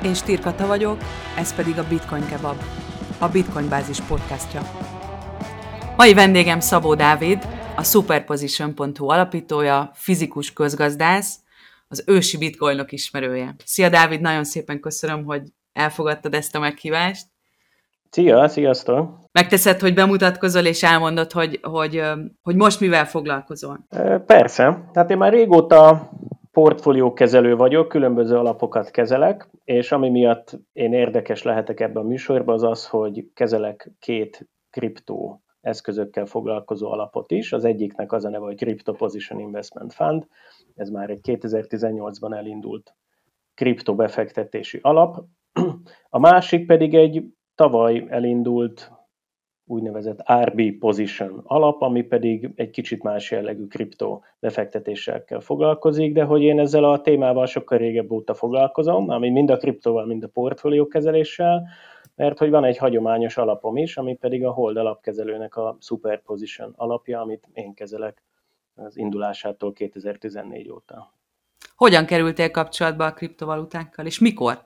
Én Stír Kata vagyok, ez pedig a Bitcoin Kebab, a Bitcoin Bázis podcastja. Mai vendégem Szabó Dávid, a Superposition.hu alapítója, fizikus közgazdász, az ősi bitcoinok ismerője. Szia Dávid, nagyon szépen köszönöm, hogy elfogadtad ezt a meghívást. Szia, sziasztok! Megteszed, hogy bemutatkozol és elmondod, hogy most mivel foglalkozol? Persze, hát én már régóta portfóliókezelő vagyok, különböző alapokat kezelek, és ami miatt én érdekes lehetek ebben a műsorban, az az, hogy kezelek két kriptó eszközökkel foglalkozó alapot is. Az egyiknek az a neve, hogy Crypto Position Investment Fund, ez már egy 2018-ban elindult kriptobefektetési alap. A másik pedig egy tavaly elindult úgynevezett RB Position alap, ami pedig egy kicsit más jellegű kriptó befektetésekkel foglalkozik, de hogy én ezzel a témával sokkal régebb óta foglalkozom, ami mind a kriptóval, mind a portfóliókezeléssel, mert hogy van egy hagyományos alapom is, ami pedig a Hold alapkezelőnek a Superposition alapja, amit én kezelek az indulásától 2014 óta. Hogyan kerültél kapcsolatba a kriptovalutákkal, és mikor?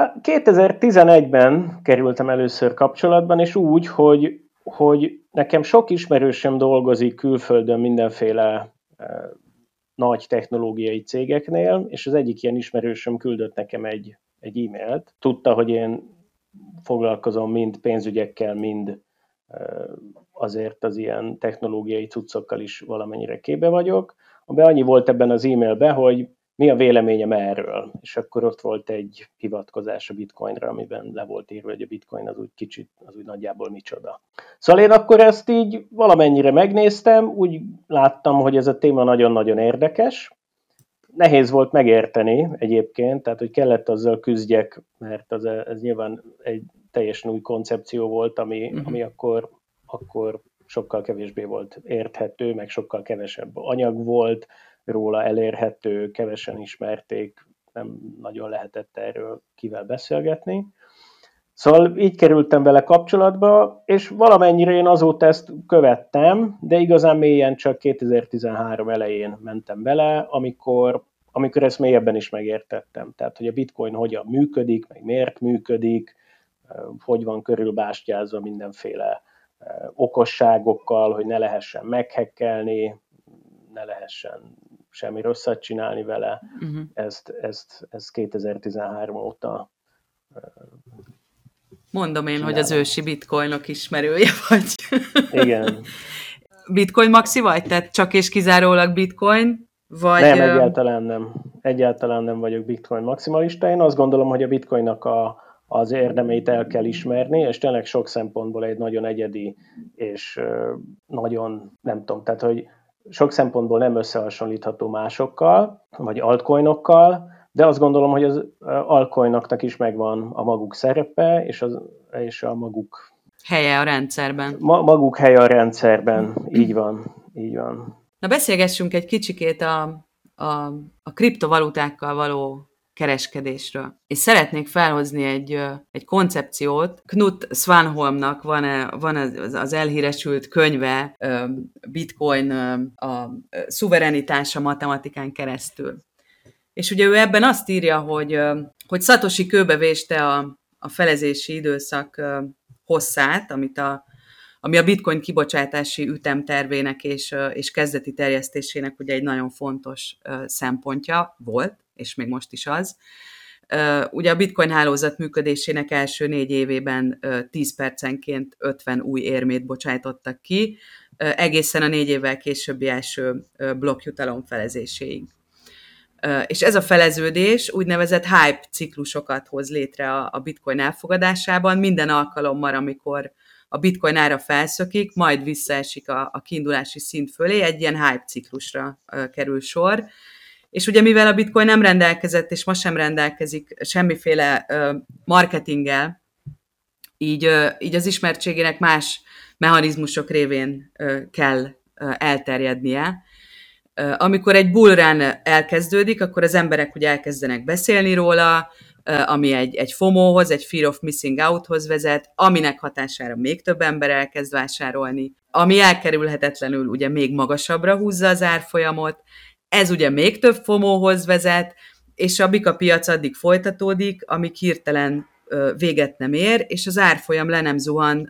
2011-ben kerültem először kapcsolatban, és úgy, hogy nekem sok ismerősöm dolgozik külföldön mindenféle nagy technológiai cégeknél, és az egyik ilyen ismerősöm küldött nekem egy e-mailt. Tudta, hogy én foglalkozom mind pénzügyekkel, mind azért az ilyen technológiai cuccokkal is valamennyire képbe vagyok. Abban annyi volt ebben az e-mailben, hogy mi a véleményem erről, és akkor ott volt egy hivatkozás a bitcoinra, amiben le volt írva, hogy a bitcoin az úgy kicsit, az úgy nagyjából micsoda. Szóval én akkor ezt így valamennyire megnéztem, úgy láttam, hogy ez a téma nagyon-nagyon érdekes. Nehéz volt megérteni egyébként, tehát hogy kellett azzal küzdjek, mert ez nyilván egy teljesen új koncepció volt, ami akkor sokkal kevésbé volt érthető, meg sokkal kevesebb anyag volt róla elérhető, kevesen ismerték, nem nagyon lehetett erről kivel beszélgetni. Szóval így kerültem vele kapcsolatba, és valamennyire én azóta ezt követtem, de igazán mélyen csak 2013 elején mentem bele, amikor ezt mélyebben is megértettem. Tehát, hogy a bitcoin hogyan működik, meg miért működik, hogy van körülbástyázva mindenféle okosságokkal, hogy ne lehessen meghekkelni, ne lehessen semmi rosszat csinálni vele. Ezt 2013 óta mondom én, csinálom. Hogy az ősi bitcoinok ismerője vagy. Igen. Bitcoin maxi vagy? Tehát csak és kizárólag bitcoin? Vagy... Nem, egyáltalán nem. Egyáltalán nem vagyok bitcoin maximalista. Én azt gondolom, hogy a bitcoinnak az érdemeit el kell ismerni, és tényleg sok szempontból egy nagyon egyedi, és nagyon, nem tudom, tehát hogy sok szempontból nem összehasonlítható másokkal, vagy altcoinokkal, de azt gondolom, hogy az altcoinoknak is megvan a maguk szerepe, és a maguk helye a rendszerben. Maguk helye a rendszerben, így van. Na beszélgessünk egy kicsikét a kriptovalutákkal való kereskedésről. És szeretnék felhozni egy koncepciót. Knut Svanholmnak van az elhíresült könyve Bitcoin a szuverenitása matematikán keresztül. És ugye ő ebben azt írja, hogy Satoshi kőbevéste a felezési időszak hosszát, ami a bitcoin kibocsátási ütemtervének és kezdeti terjesztésének ugye egy nagyon fontos szempontja volt, és még most is az. Ugye a bitcoin hálózat működésének első 4 évében 10 percenként 50 új érmét bocsájtottak ki, egészen a 4 évvel későbbi első blokkjutalom felezéséig. És ez a feleződés úgynevezett hype ciklusokat hoz létre a bitcoin elfogadásában, minden alkalommal, amikor a bitcoin ára felszökik, majd visszaesik a kiindulási szint fölé, egy ilyen hype ciklusra kerül sor. És ugye mivel a bitcoin nem rendelkezett, és ma sem rendelkezik semmiféle marketinggel, így az ismertségének más mechanizmusok révén kell elterjednie. Amikor egy bull run elkezdődik, akkor az emberek ugye elkezdenek beszélni róla, ami egy FOMO-hoz, egy Fear of Missing Out-hoz vezet, aminek hatására még több ember elkezd vásárolni, ami elkerülhetetlenül ugye még magasabbra húzza az árfolyamot, ez ugye még több FOMO-hoz vezet, és a bika piac addig folytatódik, amíg hirtelen véget nem ér, és az árfolyam le nem zuhan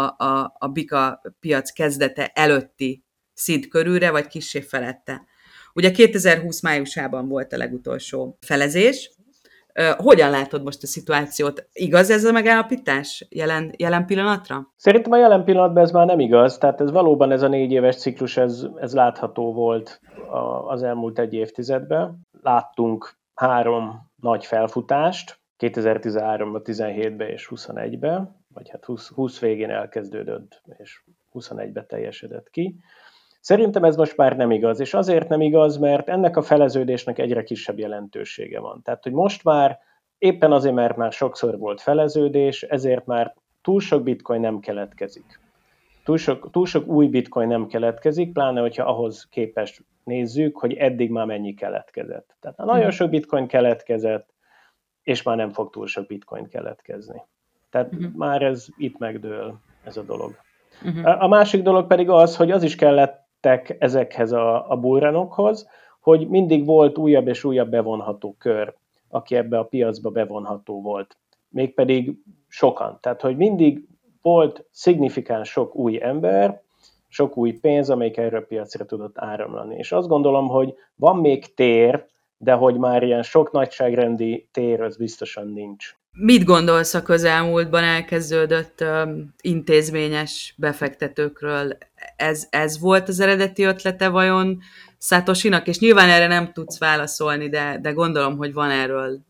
a bika piac kezdete előtti szint körülre, vagy kissé felette. Ugye 2020 májusában volt a legutolsó felezés. Hogyan látod most a szituációt? Igaz ez a megállapítás jelen pillanatra? Szerintem a jelen pillanatban ez már nem igaz, tehát ez valóban ez a 4 éves ciklus, ez látható volt az elmúlt egy évtizedben. Láttunk 3 nagy felfutást, 2013-ban, 17-ben és 21-ben, vagy hát 20 végén elkezdődött, és 21-ben teljesedett ki. Szerintem ez most már nem igaz, és azért nem igaz, mert ennek a feleződésnek egyre kisebb jelentősége van. Tehát, hogy most már éppen azért, mert már sokszor volt feleződés, ezért már túl sok bitcoin nem keletkezik. Túl sok új bitcoin nem keletkezik, pláne, hogyha ahhoz képest nézzük, hogy eddig már mennyi keletkezett. Tehát nagyon sok bitcoin keletkezett, és már nem fog túl sok bitcoin keletkezni. Tehát már ez itt megdől ez a dolog. A másik dolog pedig az, hogy az is kellettek ezekhez a bullrunokhoz, hogy mindig volt újabb és újabb bevonható kör, aki ebbe a piacba bevonható volt. Mégpedig sokan. Tehát, hogy mindig volt szignifikáns sok új ember, sok új pénz, amelyik erre a piacra tudott áramlani. És azt gondolom, hogy van még tér, de hogy már ilyen sok nagyságrendi tér, az biztosan nincs. Mit gondolsz a közelmúltban elkezdődött intézményes befektetőkről? Ez volt az eredeti ötlete vajon Szatosinak? És nyilván erre nem tudsz válaszolni, de gondolom, hogy van erről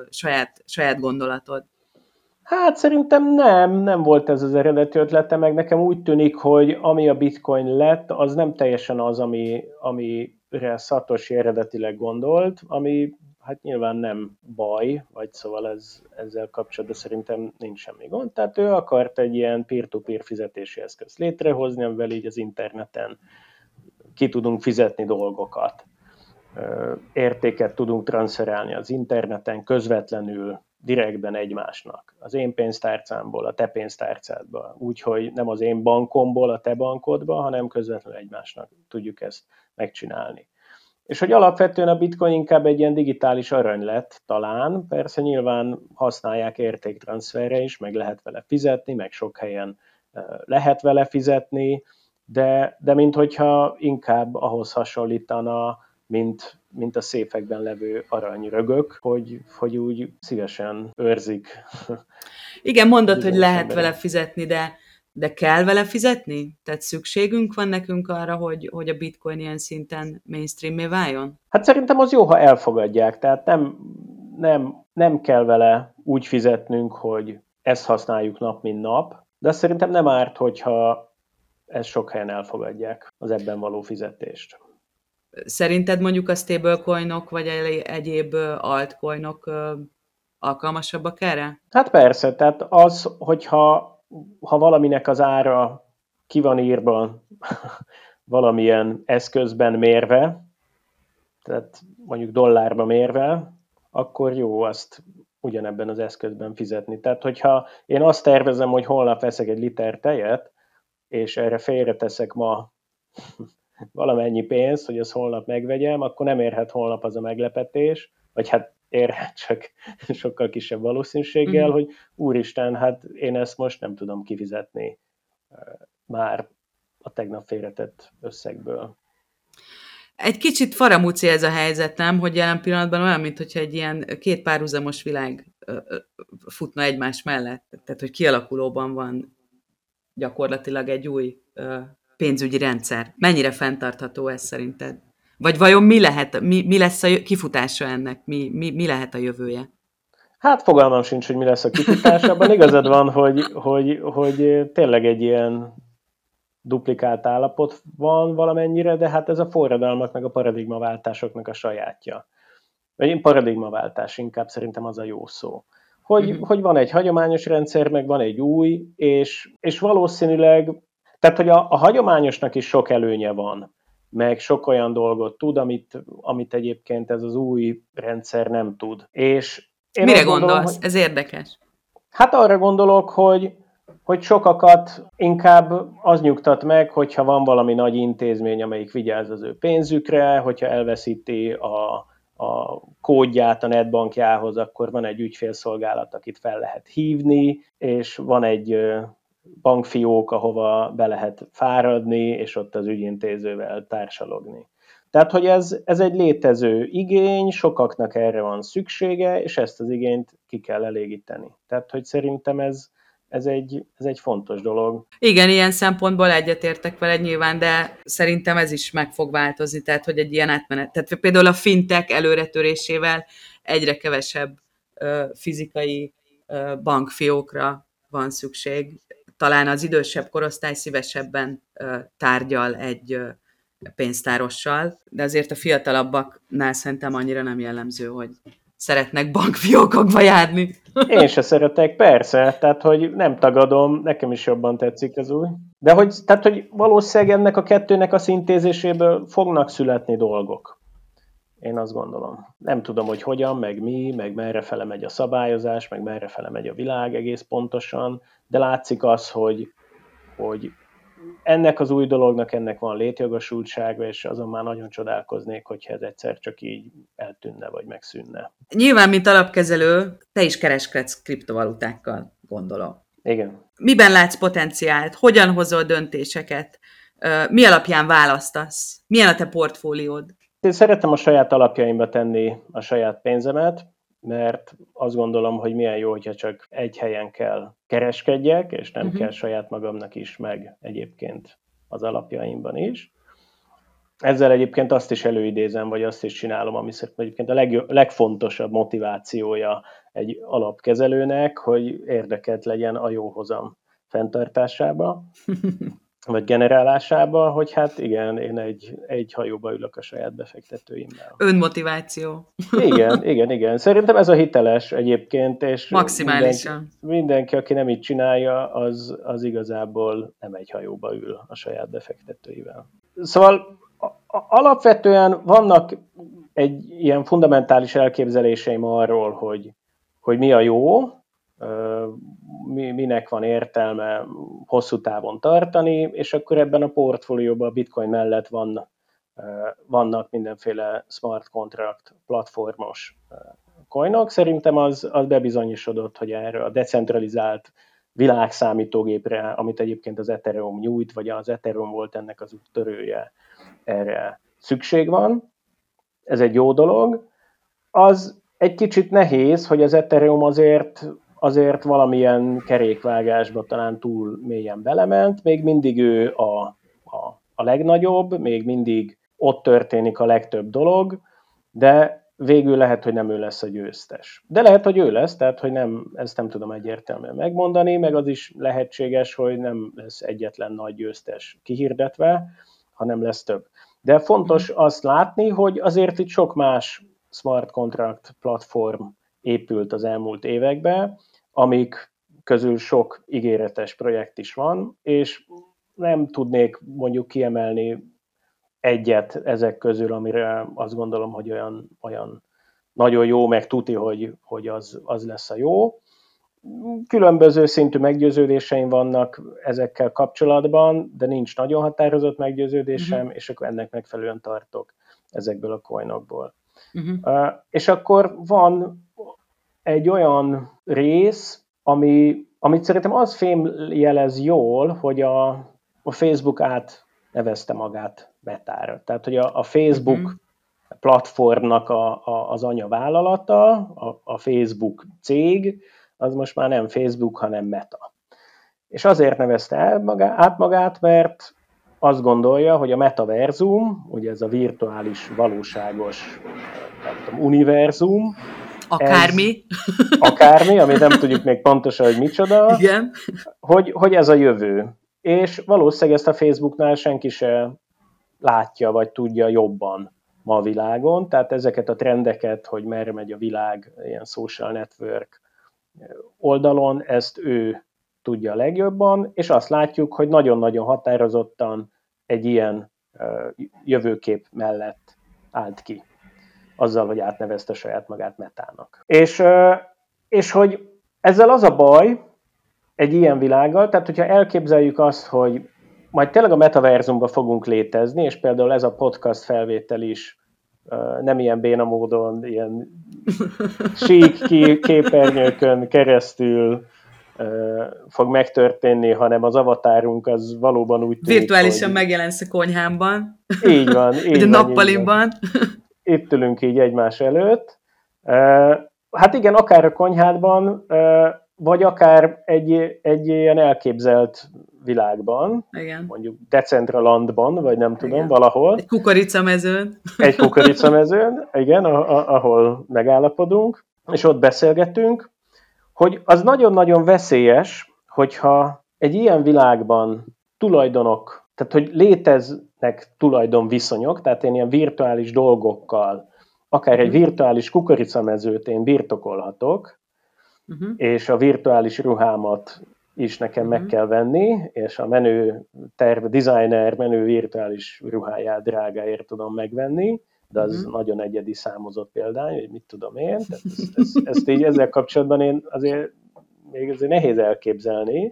saját gondolatod. Hát szerintem nem volt ez az eredeti ötlete, meg nekem úgy tűnik, hogy ami a bitcoin lett, az nem teljesen az, amire Satoshi eredetileg gondolt, ami hát nyilván nem baj, vagy szóval ezzel kapcsolatban szerintem nincs semmi gond. Tehát ő akart egy ilyen peer-to-peer fizetési eszközt létrehozni, amivel így az interneten ki tudunk fizetni dolgokat. Értéket tudunk transferálni az interneten közvetlenül, direktben egymásnak. Az én pénztárcámból a te pénztárcádba. Úgyhogy nem az én bankomból a te bankodba, hanem közvetlenül egymásnak tudjuk ezt megcsinálni. És hogy alapvetően a bitcoin inkább egy ilyen digitális arany lett talán, persze nyilván használják értéktranszferre is, meg lehet vele fizetni, meg sok helyen lehet vele fizetni, de minthogyha inkább ahhoz hasonlítana, mint a széfekben levő aranyrögök, hogy úgy szívesen őrzik. Igen, mondod, hogy lehet vele fizetni, de kell vele fizetni? Tehát szükségünk van nekünk arra, hogy a bitcoin ilyen szinten mainstream-mé váljon? Hát szerintem az jó, ha elfogadják. Tehát nem kell vele úgy fizetnünk, hogy ezt használjuk nap, mint nap, de szerintem nem árt, hogyha ezt sok helyen elfogadják, az ebben való fizetést. Szerinted mondjuk a stablecoinok vagy egyéb altcoinok alkalmasabbak erre? Hát persze, tehát az, hogyha valaminek az ára ki van írva valamilyen eszközben mérve, tehát mondjuk dollárba mérve, akkor jó azt ugyanebben az eszközben fizetni. Tehát, hogyha én azt tervezem, hogy holnap veszek egy liter tejet, és erre félreteszek ma valamennyi pénzt, hogy azt holnap megvegyem, akkor nem érhet holnap az a meglepetés, vagy hát érhet csak sokkal kisebb valószínűséggel, hogy úristen, hát én ezt most nem tudom kifizetni már a tegnap félretett összegből. Egy kicsit faramúci ez a helyzet, nem? Hogy jelen pillanatban olyan, mintha egy ilyen két párhuzamos világ futna egymás mellett. Tehát, hogy kialakulóban van gyakorlatilag egy új pénzügyi rendszer. Mennyire fenntartható ez szerinted? Vagy vajon mi lesz a kifutása ennek? Mi lehet a jövője? Hát fogalmam sincs, hogy mi lesz a kifutása. Abban igazad van, hogy tényleg egy ilyen duplikált állapot van valamennyire, de hát ez a forradalmak meg a paradigmaváltásoknak a sajátja. Vagy én paradigmaváltás, inkább szerintem az a jó szó. Hogy van egy hagyományos rendszer, meg van egy új, és valószínűleg, tehát hogy a hagyományosnak is sok előnye van, meg sok olyan dolgot tud, amit egyébként ez az új rendszer nem tud. És én mire gondolsz? Ez érdekes. Hát arra gondolok, hogy sokakat inkább az nyugtat meg, hogyha van valami nagy intézmény, amelyik vigyáz az ő pénzükre, hogyha elveszíti a kódját a netbankjához, akkor van egy ügyfélszolgálat, akit fel lehet hívni, és van egy bankfiók, ahova be lehet fáradni, és ott az ügyintézővel társalogni. Tehát, hogy ez egy létező igény, sokaknak erre van szüksége, és ezt az igényt ki kell elégíteni. Tehát, hogy szerintem ez egy fontos dolog. Igen, ilyen szempontból egyetértek veled nyilván, de szerintem ez is meg fog változni, tehát hogy egy ilyen átmenet. Tehát például a fintech előretörésével egyre kevesebb fizikai bankfiókra van szükség. Talán az idősebb korosztály szívesebben tárgyal egy pénztárossal, de azért a fiatalabbaknál szerintem annyira nem jellemző, hogy szeretnek bankfiókokba járni. Én se szeretek, persze, tehát hogy nem tagadom, nekem is jobban tetszik ez új. De hogy valószínűleg ennek a kettőnek a szintézéséből fognak születni dolgok. Én azt gondolom. Nem tudom, hogy hogyan, meg mi, meg merre fele megy a szabályozás, meg merre fele megy a világ egész pontosan, de látszik az, hogy ennek az új dolognak ennek van létjogosultsága, és azon már nagyon csodálkoznék, hogyha ez egyszer csak így eltűnne, vagy megszűnne. Nyilván, mint alapkezelő, te is kereskedsz kriptovalutákkal, gondolom. Igen. Miben látsz potenciált? Hogyan hozol döntéseket? Mi alapján választasz? Milyen a te portfóliód? Én szeretem a saját alapjaimba tenni a saját pénzemet, mert azt gondolom, hogy milyen jó, hogyha csak egy helyen kell kereskedjek, és nem kell saját magamnak is, meg egyébként az alapjaimban is. Ezzel egyébként azt is előidézem, vagy azt is csinálom, ami szerintem egyébként a legfontosabb motivációja egy alapkezelőnek, hogy érdekelt legyen a jó hozam fenntartásába, vagy generálásába, hogy hát igen, én egy hajóba ülök a saját befektetőimmel. Önmotiváció. Igen. Szerintem ez a hiteles egyébként, és maximálisan. Mindenki, aki nem így csinálja, az igazából nem egy hajóba ül a saját befektetőivel. Szóval alapvetően vannak egy ilyen fundamentális elképzeléseim arról, hogy mi a jó, minek van értelme hosszú távon tartani, és akkor ebben a portfólióban a Bitcoin mellett vannak mindenféle smart contract platformos coinok. Szerintem az bebizonyosodott, hogy erre a decentralizált világszámítógépre, amit egyébként az Ethereum nyújt, vagy az Ethereum volt ennek az úttörője, erre szükség van. Ez egy jó dolog. Az egy kicsit nehéz, hogy az Ethereum azért valamilyen kerékvágásba talán túl mélyen belement, még mindig ő a legnagyobb, még mindig ott történik a legtöbb dolog, de végül lehet, hogy nem ő lesz a győztes. De lehet, hogy ő lesz, tehát hogy ezt nem tudom egyértelműen megmondani, meg az is lehetséges, hogy nem lesz egyetlen nagy győztes kihirdetve, hanem lesz több. De fontos azt látni, hogy azért itt sok más smart contract platform épült az elmúlt években, amik közül sok ígéretes projekt is van, és nem tudnék mondjuk kiemelni egyet ezek közül, amire azt gondolom, hogy olyan nagyon jó, meg tuti, hogy az lesz a jó. Különböző szintű meggyőződéseim vannak ezekkel kapcsolatban, de nincs nagyon határozott meggyőződésem, és akkor ennek megfelelően tartok ezekből a coinokból. És akkor van egy olyan rész, amit szerintem az fémjelez jól, hogy a Facebook átnevezte magát Metára. Tehát, hogy a Facebook platformnak az anyavállalata, a Facebook cég, az most már nem Facebook, hanem Meta. És azért nevezte át magát, mert azt gondolja, hogy a metaverzum, ugye ez a virtuális, valóságos univerzum, akármi, amit nem tudjuk még pontosan, hogy micsoda, igen. Hogy ez a jövő. És valószínűleg ezt a Facebooknál senki se látja, vagy tudja jobban ma a világon, tehát ezeket a trendeket, hogy merre megy a világ ilyen social network oldalon, ezt ő tudja a legjobban, és azt látjuk, hogy nagyon-nagyon határozottan egy ilyen jövőkép mellett állt ki, azzal, hogy átnevezte saját magát Metának. És hogy ezzel az a baj egy ilyen világgal, tehát hogyha elképzeljük azt, hogy majd tényleg a metaverzumban fogunk létezni, és például ez a podcast felvétel is nem ilyen béna módon, ilyen sík képernyőkön keresztül fog megtörténni, hanem az avatárunk az valóban úgy tűnik, Virtuálisan hogy... megjelensz a konyhámban. Így van, Vagy így a van, így van. nappalimban. Itt ülünk így egymás előtt. Hát igen, akár a konyhádban, vagy akár egy ilyen elképzelt világban, Igen. mondjuk Decentralandban, vagy nem tudom, Igen. valahol. Egy kukoricamezőn. Egy kukoricamezőn, igen, ahol megállapodunk, és ott beszélgetünk, hogy az nagyon-nagyon veszélyes, hogyha egy ilyen világban tulajdonok, tehát hogy léteznek tulajdonviszonyok, tehát én ilyen virtuális dolgokkal, akár egy virtuális kukoricamezőt én birtokolhatok, és a virtuális ruhámat is nekem meg kell venni, és a menő designer menő virtuális ruháját drágáért tudom megvenni, de az nagyon egyedi számozott példány, hogy mit tudom én. Tehát ezt így ezzel kapcsolatban én azért nehéz elképzelni.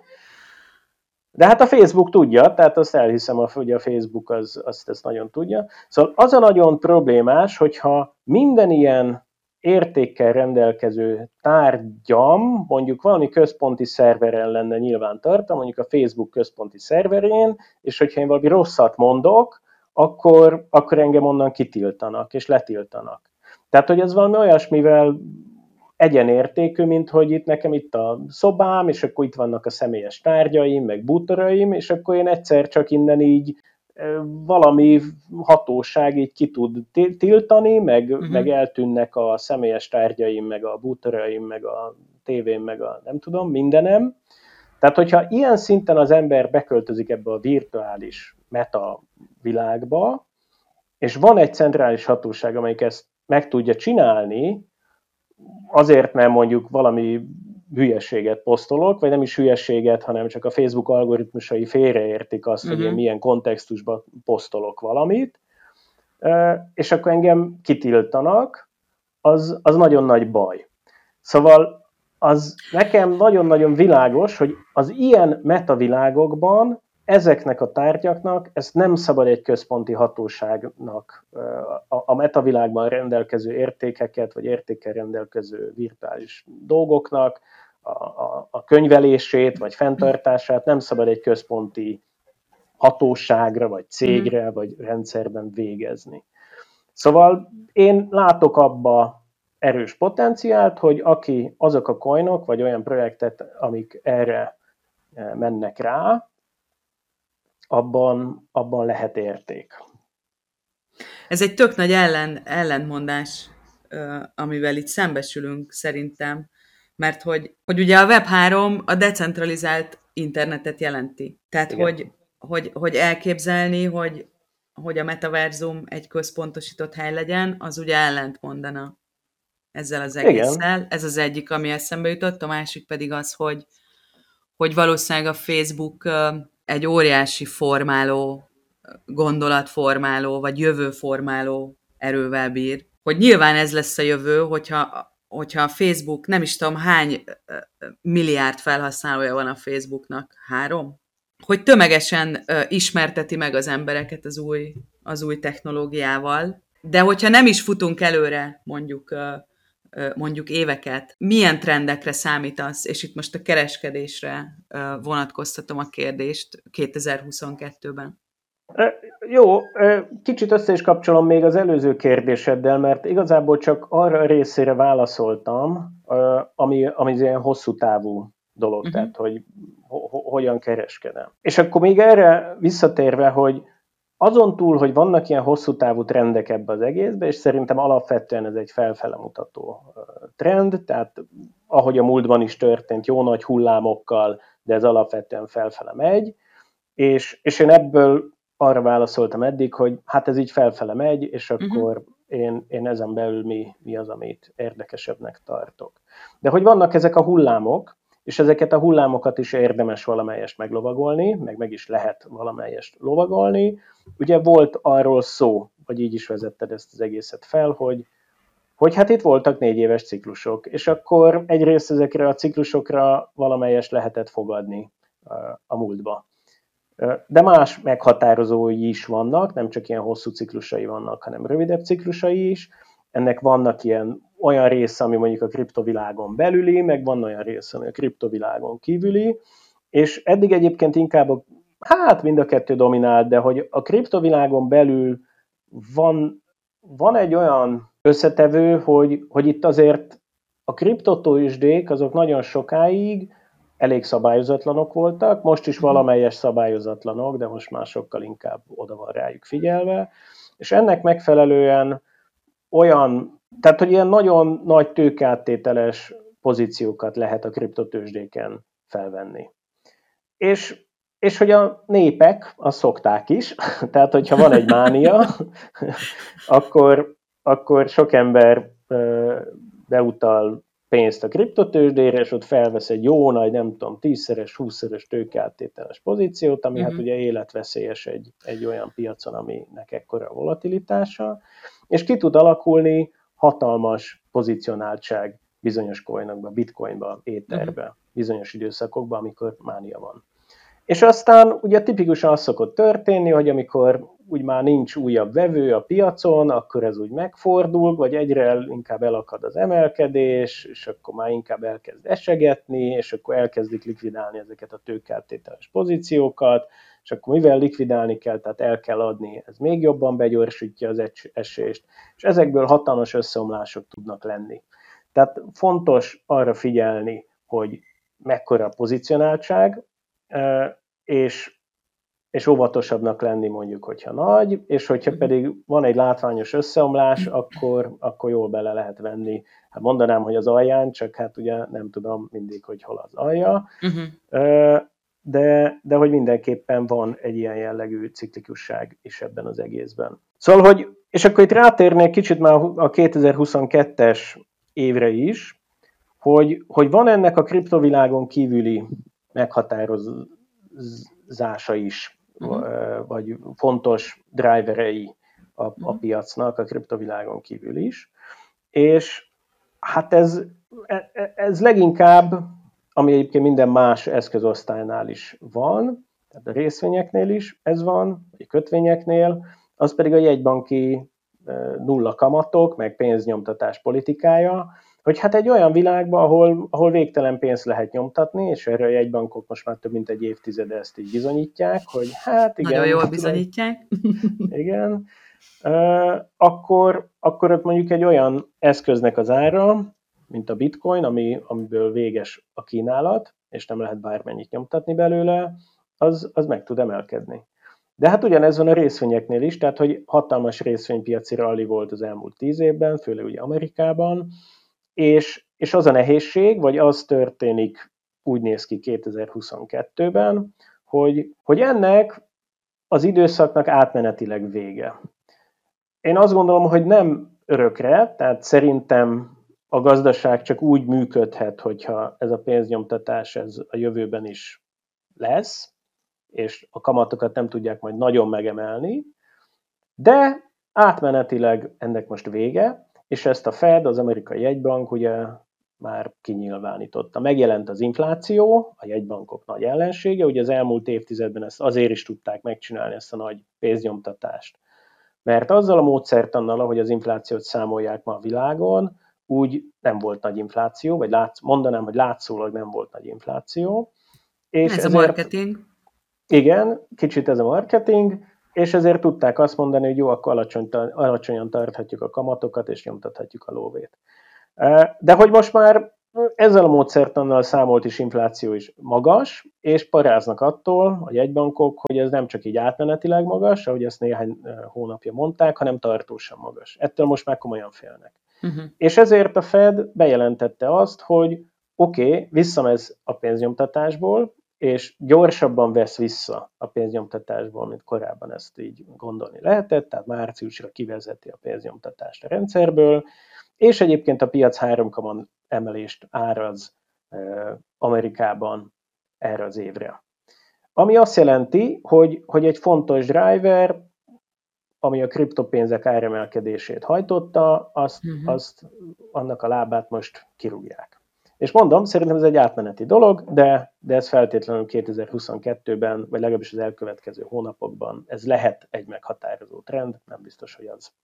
De hát a Facebook tudja, tehát azt elhiszem, hogy a Facebook azt ezt nagyon tudja. Szóval az a nagyon problémás, hogyha minden ilyen értékkel rendelkező tárgyam, mondjuk valami központi szerveren lenne nyilvántartva, mondjuk a Facebook központi szerverén, és hogyha én valami rosszat mondok, akkor engem onnan kitiltanak, és letiltanak. Tehát, hogy ez valami olyasmivel egyenértékű, mint hogy nekem itt a szobám, és akkor itt vannak a személyes tárgyaim, meg bútoraim, és akkor én egyszer csak innen így valami hatóság így ki tud tiltani, meg eltűnnek a személyes tárgyaim, meg a bútoraim, meg a tévém, meg a nem tudom, mindenem. Tehát, hogyha ilyen szinten az ember beköltözik ebbe a virtuális meta világba, és van egy centrális hatóság, amelyik ezt meg tudja csinálni, azért, mert mondjuk valami hülyeséget posztolok, vagy nem is hülyeséget, hanem csak a Facebook algoritmusai félreértik azt, hogy én milyen kontextusban posztolok valamit, és akkor engem kitiltanak, az nagyon nagy baj. Szóval az nekem nagyon-nagyon világos, hogy az ilyen metavilágokban ezeknek a tárgyaknak, ezt nem szabad egy központi hatóságnak a metavilágban rendelkező értékeket, vagy értékkel rendelkező virtuális dolgoknak, a könyvelését, vagy fenntartását nem szabad egy központi hatóságra, vagy cégre, vagy rendszerben végezni. Szóval én látok abba erős potenciált, hogy azok a coinok, vagy olyan projektek, amik erre mennek rá, abban lehet érték. Ez egy tök nagy ellentmondás, amivel itt szembesülünk szerintem, mert hogy ugye a Web3 a decentralizált internetet jelenti. Tehát, hogy elképzelni, hogy a metaverzum egy központosított hely legyen, az ugye ellentmondana ezzel az egésszel. Igen. Ez az egyik, ami eszembe jutott, a másik pedig az, hogy valószínűleg a Facebook egy óriási formáló, gondolatformáló, vagy jövőformáló erővel bír. Hogy nyilván ez lesz a jövő, hogyha a Facebook, nem is tudom hány milliárd felhasználója van a Facebooknak, 3? Hogy tömegesen ismerteti meg az embereket az új technológiával, de hogyha nem is futunk előre, mondjuk éveket, milyen trendekre számítasz, és itt most a kereskedésre vonatkoztatom a kérdést 2022-ben? Jó, kicsit össze is kapcsolom még az előző kérdéseddel, mert igazából csak arra a részére válaszoltam, ami ilyen hosszú távú dolog, tehát hogy hogyan kereskedem. És akkor még erre visszatérve, hogy azon túl, hogy vannak ilyen hosszú távú trendek ebbe az egészbe, és szerintem alapvetően ez egy felfele mutató trend, tehát ahogy a múltban is történt, jó nagy hullámokkal, de ez alapvetően felfele megy, és én ebből arra válaszoltam eddig, hogy hát ez így felfele megy, és akkor én ezen belül mi az, amit érdekesebbnek tartok. De hogy vannak ezek a hullámok, és ezeket a hullámokat is érdemes valamelyest meglovagolni, meg is lehet valamelyest lovagolni. Ugye volt arról szó, vagy így is vezetted ezt az egészet fel, hogy hát itt voltak 4 éves ciklusok, és akkor egyrészt ezekre a ciklusokra valamelyest lehetett fogadni a múltba. De más meghatározói is vannak, nem csak ilyen hosszú ciklusai vannak, hanem rövidebb ciklusai is. Ennek vannak olyan része, ami mondjuk a kriptovilágon belüli, meg van olyan része, ami a kriptovilágon kívüli, és eddig egyébként inkább mind a kettő dominált, de hogy a kriptovilágon belül van egy olyan összetevő, hogy itt azért a kriptotőzsdék azok nagyon sokáig elég szabályozatlanok voltak, most is valamelyes szabályozatlanok, de most már sokkal inkább oda van rájuk figyelve, és ennek megfelelően tehát hogy ilyen nagyon nagy tőkeáttételes pozíciókat lehet a kriptotőzsdéken felvenni. És hogy a népek azt szokták is, tehát hogyha van egy mánia, akkor sok ember beutal pénzt a kriptotőzsdére, és ott felvesz egy jó nagy, nem tudom, 10-szeres, 20-szeres tőkeáttételes pozíciót, ami hát ugye életveszélyes egy olyan piacon, aminek ekkora a volatilitása, és ki tud alakulni hatalmas pozicionáltság bizonyos coinokba, bitcoinba, étherbe, bizonyos időszakokban, amikor mánia van. És aztán ugye tipikusan az szokott történni, hogy amikor úgy már nincs újabb vevő a piacon, akkor ez úgy megfordul, vagy egyre inkább elakad az emelkedés, és akkor már inkább elkezd esegetni, és akkor elkezdik likvidálni ezeket a tőkeáttételes pozíciókat, és akkor mivel likvidálni kell, tehát el kell adni, ez még jobban begyorsítja az esést, és ezekből hatalmas összeomlások tudnak lenni. Tehát fontos arra figyelni, hogy mekkora a pozicionáltság, és óvatosabbnak lenni mondjuk, hogyha nagy, és hogyha pedig van egy látványos összeomlás, akkor jól bele lehet venni. Hát mondanám, hogy az alján, csak hát ugye nem tudom mindig, hogy hol az alja, de hogy mindenképpen van egy ilyen jellegű ciklikusság is ebben az egészben. Szóval, és akkor itt rátérnék kicsit már a 2022-es évre is, hogy van ennek a kriptovilágon kívüli meghatározása is, vagy fontos driverei a piacnak, a kriptovilágon kívül is. És hát ez leginkább, ami egyébként minden más eszközosztálynál is van, tehát a részvényeknél is ez van, vagy kötvényeknél, az pedig a jegybanki nulla kamatok, meg pénznyomtatás politikája, hogy hát egy olyan világban, ahol végtelen pénzt lehet nyomtatni, és erre a jegybankok most már több mint egy évtizede ezt így bizonyítják, hogy hát igen. Nagyon jól bizonyítják. Igen. Akkor ott mondjuk egy olyan eszköznek az ára, mint a bitcoin, amiből véges a kínálat, és nem lehet bármennyit nyomtatni belőle, az meg tud emelkedni. De hát ugyanez van a részvényeknél is, tehát hogy hatalmas részvénypiaci rally volt az elmúlt 10 évben, főleg ugye Amerikában, és az a nehézség, vagy az történik, úgy néz ki 2022-ben, hogy ennek az időszaknak átmenetileg vége. Én azt gondolom, hogy nem örökre, tehát szerintem a gazdaság csak úgy működhet, hogyha ez a pénznyomtatás ez a jövőben is lesz, és a kamatokat nem tudják majd nagyon megemelni, de átmenetileg ennek most vége, és ezt a Fed, az amerikai jegybank ugye már kinyilvánította. Megjelent az infláció, a jegybankok nagy ellensége, ugye az elmúlt évtizedben ezt azért is tudták megcsinálni, ezt a nagy pénznyomtatást. Mert azzal a módszertannal, ahogy az inflációt számolják ma a világon, úgy nem volt nagy infláció, vagy mondanám, hogy látszólag nem volt nagy infláció. És ez a marketing. Igen, kicsit ez a marketing, és ezért tudták azt mondani, hogy jó, akkor alacsonyan tarthatjuk a kamatokat, és nyomtathatjuk a lóvét. De hogy most már ezzel a módszertannal számolt is infláció is magas, és paráznak attól a jegybankok, hogy ez nem csak így átmenetileg magas, ahogy ezt néhány hónapja mondták, hanem tartósan magas. Ettől most már komolyan félnek. És ezért a Fed bejelentette azt, hogy oké, visszamez a pénznyomtatásból, és gyorsabban vesz vissza a pénznyomtatásból, mint korábban ezt így gondolni lehetett, tehát márciusra kivezeti a pénznyomtatást a rendszerből, és egyébként a piac 3 kamat emelést áraz Amerikában erre az évre. Ami azt jelenti, hogy egy fontos driver, ami a kriptopénzek áremelkedését hajtotta, annak a lábát most kirúgják. És mondom, szerintem ez egy átmeneti dolog, de ez feltétlenül 2022-ben, vagy legalábbis az elkövetkező hónapokban ez lehet egy meghatározó trend, nem biztos, hogy az.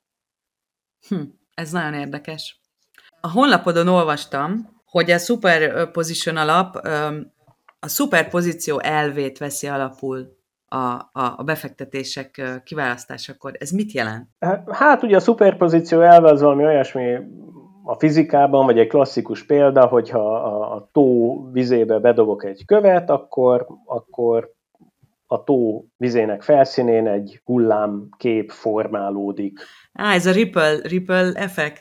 Ez nagyon érdekes. A honlapodon olvastam, hogy a superposition alap a szuperpozíció elvét veszi alapul a befektetések kiválasztásakor. Ez mit jelent? Hát ugye a szuperpozíció elve az valami olyasmi a fizikában, vagy egy klasszikus példa, hogyha a tó vizébe bedobok egy követ, akkor a tó vizének felszínén egy hullámkép formálódik. Ez a ripple effekt.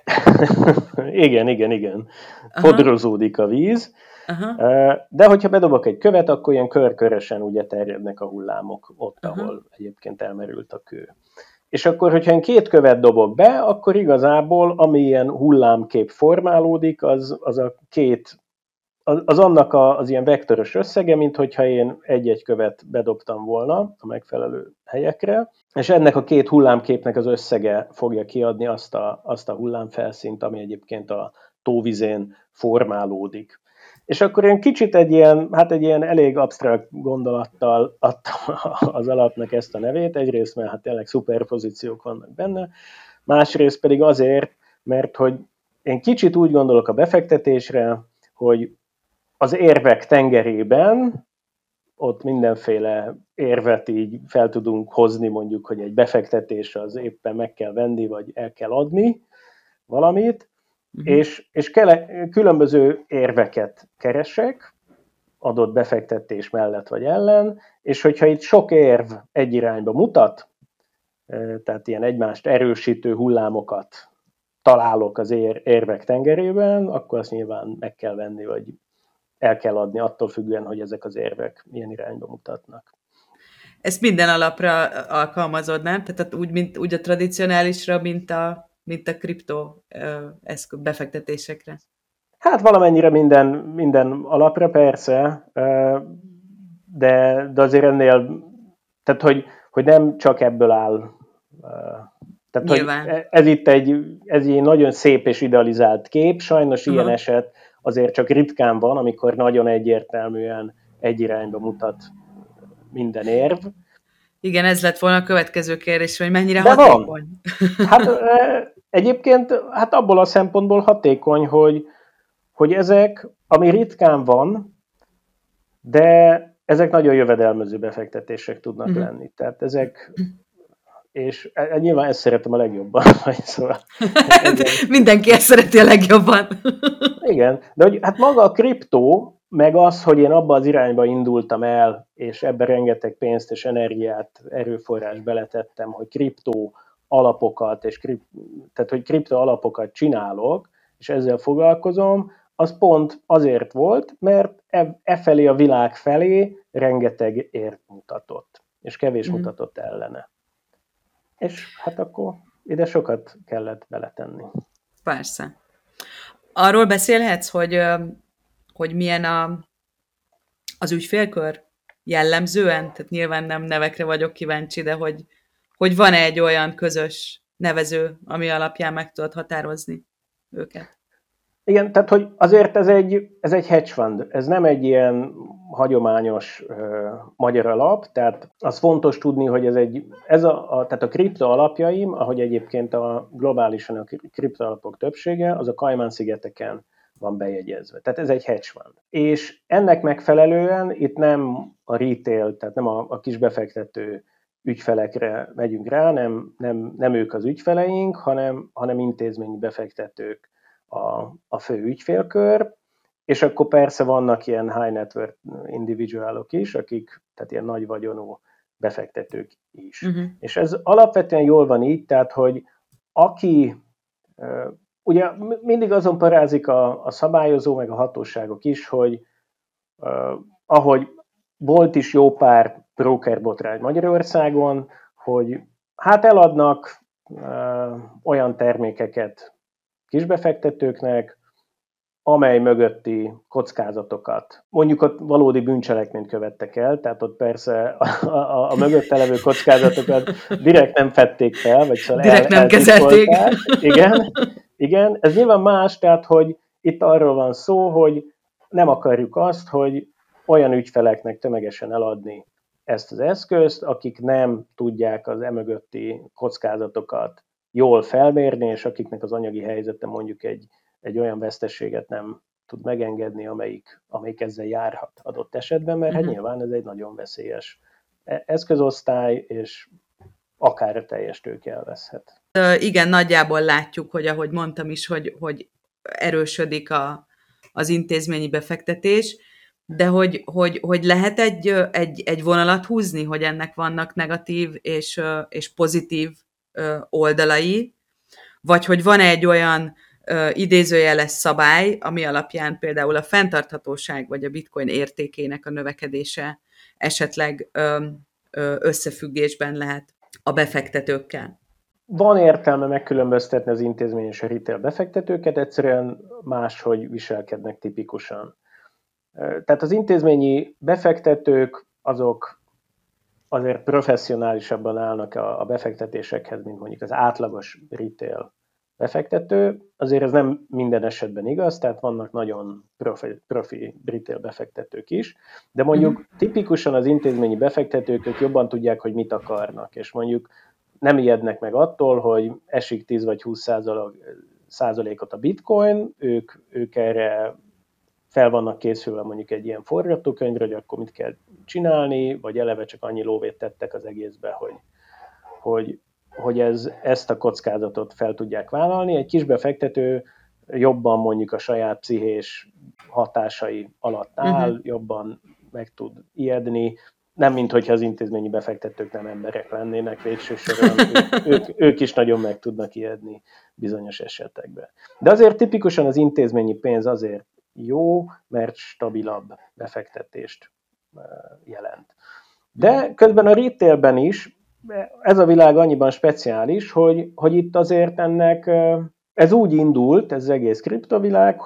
Igen. Fodrozódik a víz. Aha. De hogyha bedobok egy követ, akkor ilyen körkörösen ugye terjednek a hullámok ott, ahol egyébként elmerült a kő. És akkor, hogyha én 2 követ dobok be, akkor igazából amilyen hullámkép formálódik, az a két, az annak az ilyen vektoros összege, mint hogyha én egy-egy követ bedobtam volna a megfelelő helyekre, és ennek a 2 hullámképnek az összege fogja kiadni azt a hullámfelszínt, ami egyébként a tóvizén formálódik. És akkor én kicsit egy ilyen elég absztrakt gondolattal adtam az alapnak ezt a nevét, egyrészt, mert hát tényleg szuperpozíciók vannak benne, másrészt pedig azért, mert hogy én kicsit úgy gondolok a befektetésre, hogy az érvek tengerében, ott mindenféle érvet így fel tudunk hozni, mondjuk, hogy egy befektetés az éppen meg kell venni, vagy el kell adni valamit, és különböző érveket keresek, adott befektetés mellett vagy ellen, és hogyha itt sok érv egy irányba mutat, tehát ilyen egymást erősítő hullámokat találok az érvek tengerében, akkor azt nyilván meg kell venni, vagy el kell adni, attól függően, hogy ezek az érvek milyen irányba mutatnak. Ezt minden alapra alkalmazod, nem? Tehát úgy a tradicionálisra, mint a kripto befektetésekre. Hát valamennyire minden alapra persze, de azért ennél, tehát hogy nem csak ebből áll. Tehát hogy ez itt egy nagyon szép és idealizált kép, sajnos ilyen eset azért csak ritkán van, amikor nagyon egyértelműen egy irányba mutat minden érv. Igen, ez lett volna a következő kérdés, hogy mennyire hatékony. Hát egyébként hát abból a szempontból hatékony, hogy ezek, ami ritkán van, de ezek nagyon jövedelmező befektetések tudnak lenni. Tehát ezek, és nyilván ezt szeretem a legjobban. Szóval, mindenki ezt szereti a legjobban. Igen, de hogy hát maga a kriptó, meg az, hogy én abba az irányba indultam el, és ebbe rengeteg pénzt és energiát, erőforrás beletettem, hogy kriptó alapokat, tehát hogy kriptó alapokat csinálok, és ezzel foglalkozom, az pont azért volt, mert felé a világ felé rengeteg ért mutatott, és kevés mutatott ellene. És hát akkor ide sokat kellett beletenni. Persze. Arról beszélhetsz, hogy milyen az ügyfélkör jellemzően? Tehát nyilván nem nevekre vagyok kíváncsi, de hogy van-e egy olyan közös nevező, ami alapján meg tudod határozni őket? Igen, tehát hogy azért ez egy hedge fund, ez nem egy ilyen hagyományos magyar alap, tehát az fontos tudni, hogy tehát a kripto alapjaim, ahogy egyébként globálisan a kripto alapok többsége, az a Kajmán-szigeteken van bejegyezve. Tehát ez egy hedge fund. És ennek megfelelően itt nem a retail, tehát nem a kisbefektető ügyfelekre megyünk rá, nem ők az ügyfeleink, hanem intézményi befektetők a fő ügyfélkör, és akkor persze vannak ilyen high net worth individuálok is, akik, tehát ilyen nagy vagyonú befektetők is. És ez alapvetően jól van így, tehát hogy aki, ugye mindig azon parázik a szabályozó, meg a hatóságok is, hogy ahogy volt is jó pár brokerbotrány Magyarországon, hogy hát eladnak olyan termékeket kisbefektetőknek, amely mögötti kockázatokat, mondjuk ott valódi bűncselekményt követtek el, tehát ott persze a mögötte levő kockázatokat direkt nem fedték fel, vagy direkt nem kezelték. Igen, ez nyilván más, tehát hogy itt arról van szó, hogy nem akarjuk azt, hogy olyan ügyfeleknek tömegesen eladni ezt az eszközt, akik nem tudják az emögötti kockázatokat jól felmérni, és akiknek az anyagi helyzete mondjuk egy olyan veszteséget nem tud megengedni, amelyik ezzel járhat adott esetben, mert hát nyilván ez egy nagyon veszélyes eszközosztály, és akár a teljes tőke elveszhet. Igen, nagyjából látjuk, hogy ahogy mondtam is, hogy erősödik az intézményi befektetés, de hogy lehet egy vonalat húzni, hogy ennek vannak negatív és pozitív oldalai, vagy hogy van egy olyan idézőjeles szabály, ami alapján például a fenntarthatóság vagy a bitcoin értékének a növekedése esetleg összefüggésben lehet a befektetőkkel. Van értelme megkülönböztetni az intézmény és a retail befektetőket, egyszerűen máshogy viselkednek tipikusan. Tehát az intézményi befektetők azok azért professzionálisabban állnak a befektetésekhez, mint mondjuk az átlagos retail befektető. Azért ez nem minden esetben igaz, tehát vannak nagyon profi retail befektetők is, de mondjuk tipikusan az intézményi befektetők ők jobban tudják, hogy mit akarnak, és mondjuk nem ijednek meg attól, hogy esik 10 vagy 20 százalékot a bitcoin, ők erre fel vannak készülve mondjuk egy ilyen forgatókönyvre, hogy akkor mit kell csinálni, vagy eleve csak annyi lóvét tettek az egészbe, hogy ezt a kockázatot fel tudják vállalni. Egy kis befektető jobban mondjuk a saját pszichés hatásai alatt áll, jobban meg tud ijedni, nem mint hogyha az intézményi befektetők nem emberek lennének végső soron, ők is nagyon meg tudnak ijedni bizonyos esetekben. De azért tipikusan az intézményi pénz azért jó, mert stabilabb befektetést jelent. De közben a retailben is ez a világ annyiban speciális, hogy itt azért ez úgy indult, ez az egész kriptovilág,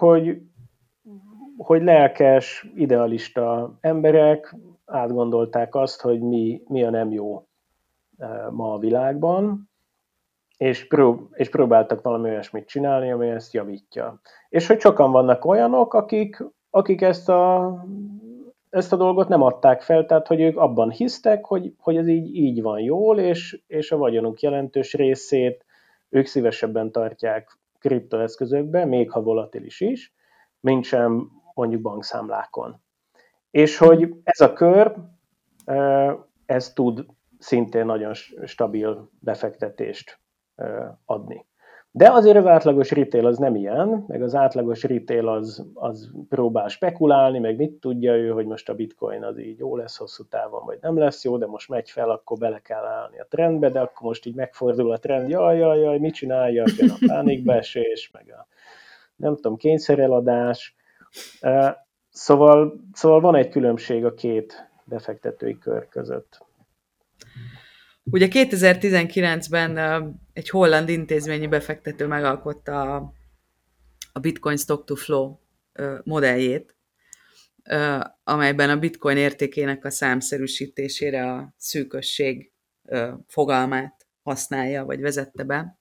hogy lelkes, idealista emberek átgondolták azt, hogy mi a nem jó ma a világban, és próbáltak valami olyasmit csinálni, ami ezt javítja. És hogy sokan vannak olyanok, akik ezt a dolgot nem adták fel, tehát hogy ők abban hisztek, hogy ez így van jól, és a vagyonuk jelentős részét ők szívesebben tartják kriptoeszközökbe, még ha volatilis is, mint sem mondjuk bankszámlákon. És hogy ez a kör, ez tud szintén nagyon stabil befektetést adni. De azért az átlagos retail az nem ilyen, meg az átlagos retail az próbál spekulálni, meg mit tudja ő, hogy most a bitcoin az így jó lesz hosszú távon, vagy nem lesz jó, de most megy fel, akkor bele kell állni a trendbe, de akkor most így megfordul a trend, jaj, mit csináljak, jön a pánikbeesés, meg a nem tudom, kényszereladás. Szóval van egy különbség a két befektetői kör között. Ugye 2019-ben egy holland intézményi befektető megalkotta a Bitcoin Stock to Flow modelljét, amelyben a bitcoin értékének a számszerűsítésére a szűkösség fogalmát használja, vagy vezette be.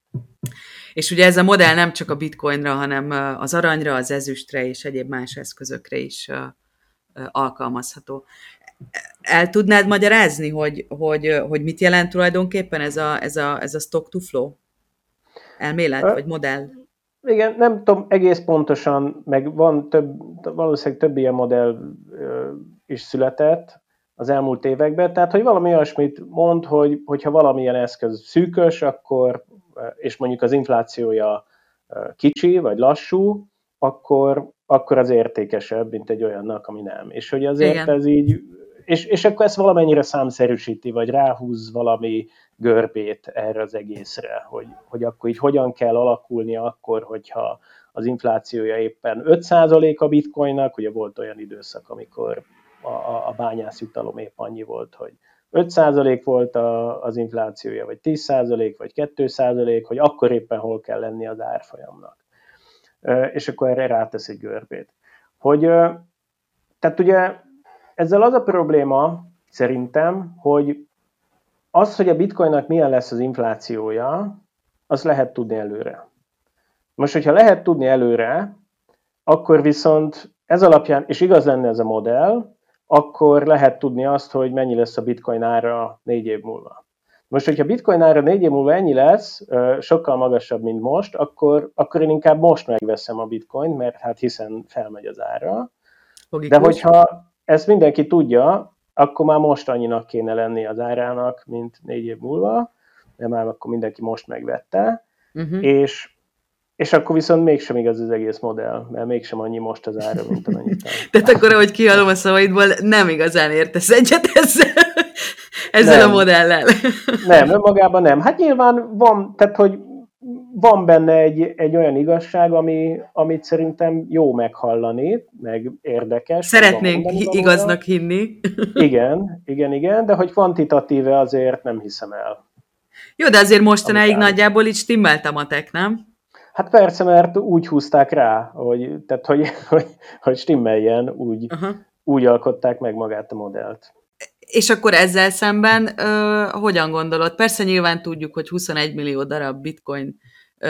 És ugye ez a modell nem csak a bitcoinra, hanem az aranyra, az ezüstre és egyéb más eszközökre is alkalmazható. El tudnád magyarázni, hogy mit jelent tulajdonképpen ez a stock to flow elmélet, vagy modell? Igen, nem tudom egész pontosan, meg van valószínűleg több ilyen modell is született az elmúlt években, tehát hogy valami olyasmit mond, hogyha valamilyen eszköz szűkös, akkor, és mondjuk az inflációja kicsi, vagy lassú, akkor az értékesebb, mint egy olyannak, ami nem. És hogy azért igen. Ez így, és akkor ezt valamennyire számszerűsíti, vagy ráhúz valami görbét erre az egészre, hogy akkor így hogyan kell alakulnia akkor, hogyha az inflációja éppen 5% a bitcoinnak, ugye volt olyan időszak, amikor a bányászjutalom épp annyi volt, hogy 5% volt az inflációja, vagy 10%, vagy 2%, hogy akkor éppen hol kell lenni az árfolyamnak. És akkor erre rátesz egy görbét. Tehát ugye ezzel az a probléma szerintem, hogy az, hogy a bitcoinnak milyen lesz az inflációja, azt lehet tudni előre. Most, hogyha lehet tudni előre, akkor viszont ez alapján, és igaz lenne ez a modell, akkor lehet tudni azt, hogy mennyi lesz a bitcoin ára 4 év múlva. Most, hogyha bitcoin ára 4 év múlva ennyi lesz, sokkal magasabb, mint most, akkor én inkább most megveszem a bitcoint, mert hát hiszen felmegy az ára. Logikus. De hogyha ezt mindenki tudja, akkor már most annyinak kéne lenni az árának, mint 4 év múlva, de már akkor mindenki most megvette, és akkor viszont mégsem igaz az egész modell, mert mégsem annyi most az ára, mint amennyit. Tehát akkor, ahogy kihallom a szavaidból, nem igazán értesz egyet ezzel a modellel. Nem, önmagában nem. Hát nyilván van, tehát hogy van benne egy olyan igazság, amit szerintem jó meghallani, meg érdekes. Szeretnénk igaznak hinni. Igen, de hogy kvantitatíve azért nem hiszem el. Jó, de azért mostanáig nagyjából így stimmelt a matek, nem? Hát persze, mert úgy húzták rá, hogy stimmeljen, úgy alkották meg magát a modellt. És akkor ezzel szemben hogyan gondolod? Persze nyilván tudjuk, hogy 21 millió darab bitcoin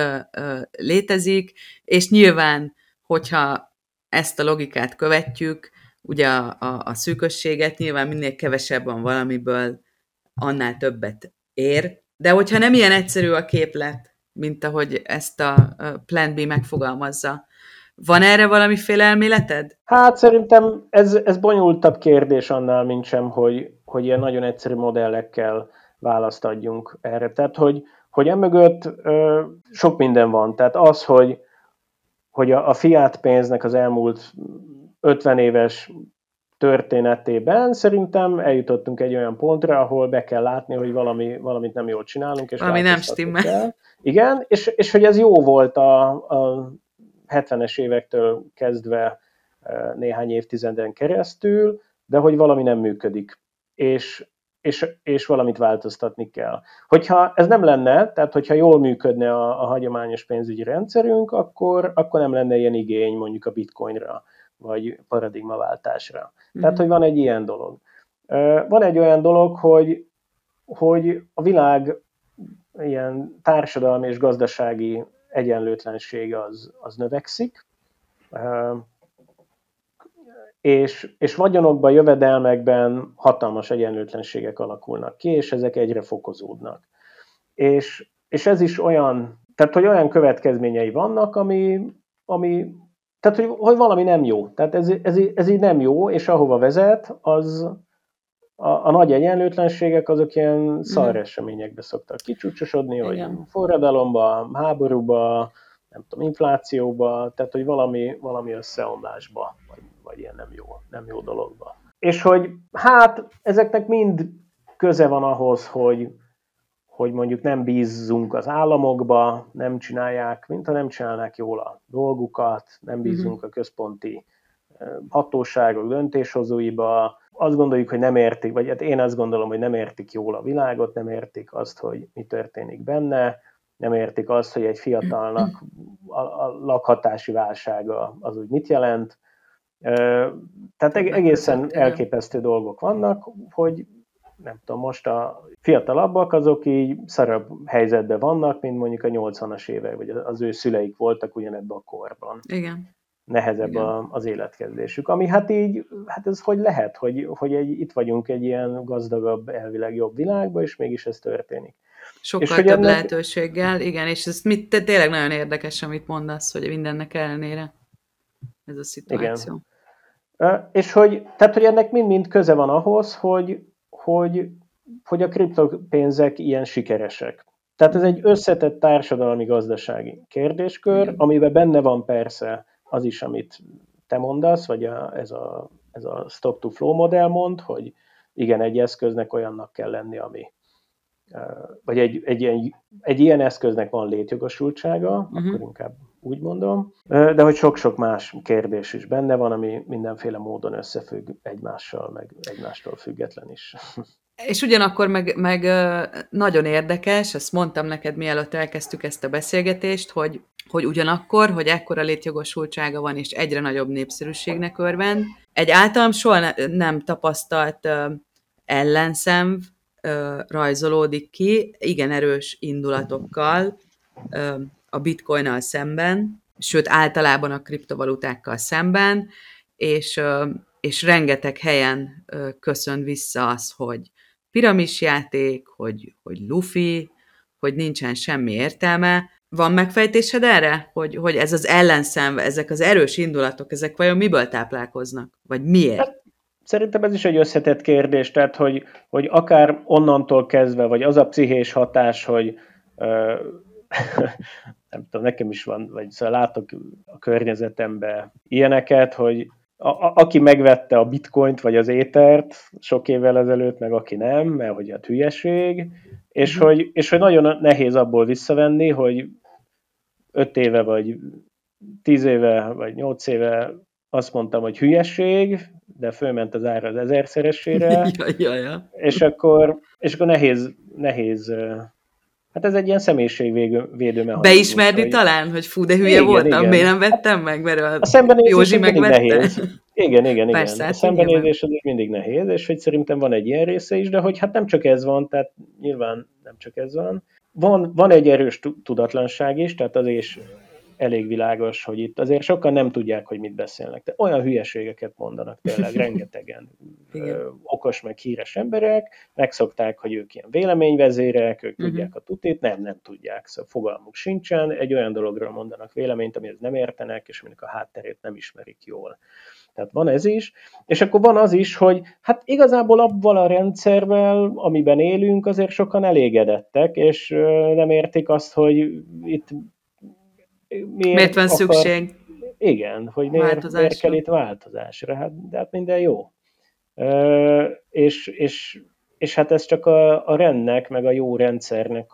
létezik, és nyilván, hogyha ezt a logikát követjük, ugye a szűkösséget, nyilván minél kevesebb van valamiből, annál többet ér. De hogyha nem ilyen egyszerű a képlet, mint ahogy ezt a Plan B megfogalmazza, van erre valamiféle elméleted? Hát szerintem ez bonyolultabb kérdés annál, mint sem, hogy ilyen nagyon egyszerű modellekkel választ adjunk erre. Tehát, hogy emögött sok minden van. Tehát az, hogy a fiat pénznek az elmúlt 50 éves történetében szerintem eljutottunk egy olyan pontra, ahol be kell látni, hogy valamit nem jól csinálunk, és valami nem stimmel. Igen, és hogy ez jó volt a 70-es évektől kezdve néhány évtizeden keresztül, de hogy valami nem működik, és valamit változtatni kell. Hogyha ez nem lenne, tehát hogyha jól működne a hagyományos pénzügyi rendszerünk, akkor nem lenne ilyen igény mondjuk a bitcoinra, vagy paradigmaváltásra. Tehát, hogy van egy ilyen dolog. Van egy olyan dolog, hogy a világ ilyen társadalmi és gazdasági egyenlőtlenség az növekszik, és vagyonokban, jövedelmekben hatalmas egyenlőtlenségek alakulnak ki, és ezek egyre fokozódnak. És ez is olyan, tehát hogy olyan következményei vannak, tehát hogy valami nem jó. Tehát ez így nem jó, és ahova vezet, az a nagy egyenlőtlenségek azok ilyen szarreseményekbe szoktak kicsúcsosodni, hogy forradalomba, háborúba, nem tudom, inflációba, tehát hogy valami összeomlásba, vagy ilyen nem jó dologba. És hogy hát ezeknek mind köze van ahhoz, hogy mondjuk nem bízzunk az államokba, nem csinálják, mintha nem csinálnák jól a dolgukat, nem bízunk a központi hatóságok döntéshozóiba, azt gondoljuk, hogy nem értik, vagy hát én azt gondolom, hogy nem értik jól a világot, nem értik azt, hogy mi történik benne, nem értik azt, hogy egy fiatalnak a lakhatási válsága az úgy mit jelent. Tehát egészen elképesztő dolgok vannak, hogy nem tudom, most a fiatalabbak azok így szarabb helyzetben vannak, mint mondjuk a 80-as évek, vagy az ő szüleik voltak ugyanebben a korban. Igen. Nehezebb az életkezdésük. Ami hát ez hogy lehet, hogy itt vagyunk egy ilyen gazdagabb, elvileg jobb világban, és mégis ez történik. Sokkal több lehetőséggel, igen, és ez tényleg nagyon érdekes, amit mondasz, hogy mindennek ellenére ez a szituáció. Igen. És hogy ennek mind-mind köze van ahhoz, hogy a kriptopénzek ilyen sikeresek. Tehát ez egy összetett társadalmi-gazdasági kérdéskör, amiben benne van persze az is, amit te mondasz, vagy ez a stock-to-flow modell mond, hogy igen, egy eszköznek olyannak kell lenni, vagy egy ilyen eszköznek van létjogosultsága, akkor inkább úgy mondom, de hogy sok-sok más kérdés is benne van, ami mindenféle módon összefügg egymással, meg egymástól független is. És ugyanakkor meg nagyon érdekes, ezt mondtam neked, mielőtt elkezdtük ezt a beszélgetést, hogy ugyanakkor, hogy ekkora létjogosultsága van, és egyre nagyobb népszerűségnek örvend, egy általam soha nem tapasztalt ellenszenv rajzolódik ki, igen erős indulatokkal a bitcoinnal szemben, sőt általában a kriptovalutákkal szemben, és rengeteg helyen köszön vissza az, hogy piramisjáték, hogy lufi, hogy nincsen semmi értelme. Van megfejtésed erre, hogy ez az ellenszem, ezek az erős indulatok, ezek vajon miből táplálkoznak? Vagy miért? Hát, szerintem ez is egy összetett kérdés, tehát hogy akár onnantól kezdve, vagy az a pszichés hatás, hogy nem tudom, nekem is van, vagy szóval látok a környezetemben ilyeneket, hogy aki megvette a bitcoint vagy az étert sok évvel ezelőtt, meg aki nem, mert hogy hát hülyeség, és hogy nagyon nehéz abból visszavenni, hogy 5 éve, vagy 10 éve, vagy 8 éve azt mondtam, hogy hülyeség, de fölment az ára az 1000-szeresére, és akkor nehéz, hát ez egy ilyen személyiségvédő mechanizmus. Beismerni hogy... talán, hogy fú, de hülye voltam, miért nem vettem meg, mert a szembenézés Józsi mindig nehéz. Igen. Persze, a szembenézés az mindig nehéz, és hogy szerintem van egy ilyen része is, de hogy hát nem csak ez van, tehát nyilván nem csak ez van. Van egy erős tudatlanság is, tehát az is elég világos, hogy itt azért sokan nem tudják, hogy mit beszélnek. De olyan hülyeségeket mondanak tényleg rengetegen. Okos meg híres emberek, megszokták, hogy ők ilyen véleményvezérek, ők tudják a tutit, nem tudják, szóval fogalmuk sincsen, egy olyan dologról mondanak véleményt, amihez nem értenek, és aminek a hátterét nem ismerik jól. Tehát van ez is, és akkor van az is, hogy hát igazából abban a rendszerrel, amiben élünk, azért sokan elégedettek, és nem értik azt, hogy itt miért van szükség? Igen, hogy miért kell itt változásra, de hát minden jó. És hát ez csak a rendnek, meg a jó rendszernek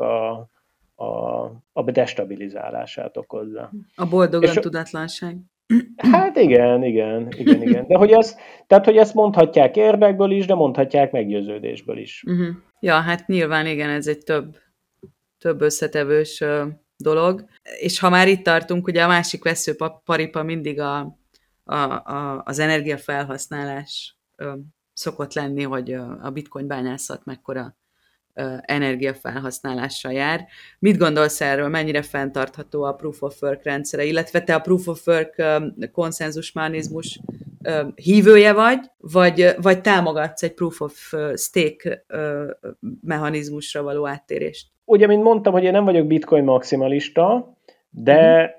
a destabilizálását okozza. A boldog tudatlanság. Hát igen. De hogy ezt mondhatják érdekből is, de mondhatják meggyőződésből is. Ja, hát nyilván igen, ez egy több összetevős dolog. És ha már itt tartunk, ugye a másik veszőparipa mindig az energiafelhasználás szokott lenni, hogy a bitcoin bányászat mekkora energiafelhasználással jár. Mit gondolsz erről? Mennyire fenntartható a Proof of Work rendszere, illetve te a Proof of Work konszenzusmechanizmus hívője vagy támogatsz egy Proof of Stake mechanizmusra való áttérést? Ugye, mint mondtam, hogy én nem vagyok bitcoin maximalista, de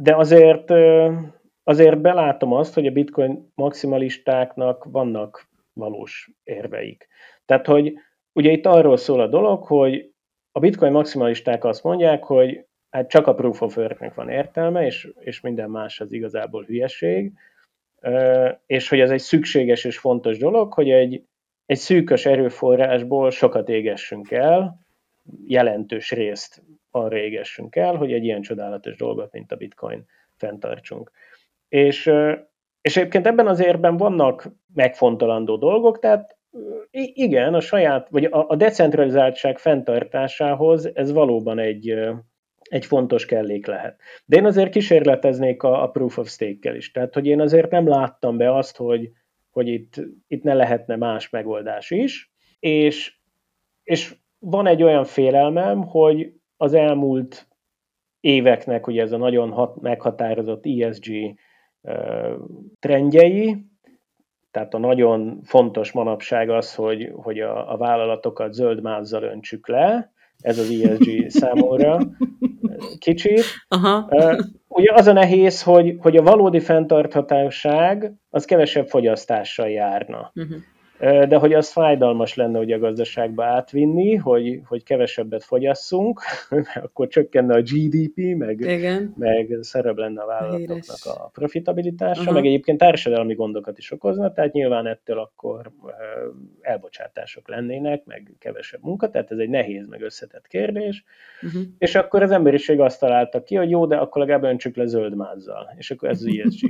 azért belátom azt, hogy a bitcoin maximalistáknak vannak valós érveik. Tehát, hogy ugye itt arról szól a dolog, hogy a bitcoin maximalisták azt mondják, hogy hát csak a proof of worknek van értelme, és minden más az igazából hülyeség, és hogy ez egy szükséges és fontos dolog, hogy egy szűkös erőforrásból sokat égessünk el, jelentős részt arra égessünk el, hogy egy ilyen csodálatos dolgot, mint a bitcoin fenntartsunk. És egyébként ebben az érben vannak megfontolandó dolgok, tehát igen, a saját, vagy a decentralizáltság fenntartásához ez valóban egy fontos kellék lehet. De én azért kísérleteznék a Proof of Stake-kel is. Tehát, hogy én azért nem láttam be azt, hogy itt ne lehetne más megoldás is, és van egy olyan félelmem, hogy az elmúlt éveknek ugye ez a nagyon meghatározott ESG trendjei, tehát a nagyon fontos manapság az, hogy a vállalatokat zöld mázzal öntsük le, ez az ESG számomra kicsit. Ugye az a nehéz, hogy a valódi fenntarthatóság az kevesebb fogyasztással járna. De hogy az fájdalmas lenne, hogy a gazdaságba átvinni, hogy kevesebbet fogyasszunk, akkor csökkenne a GDP, meg szarabb lenne a vállalatoknak a profitabilitása, meg egyébként társadalmi gondokat is okozna, tehát nyilván ettől akkor elbocsátások lennének, meg kevesebb munka, tehát ez egy nehéz, meg összetett kérdés, és akkor az emberiség azt találta ki, hogy jó, de akkor legalább öntsük le zöld mázzal, és akkor ez az ESG.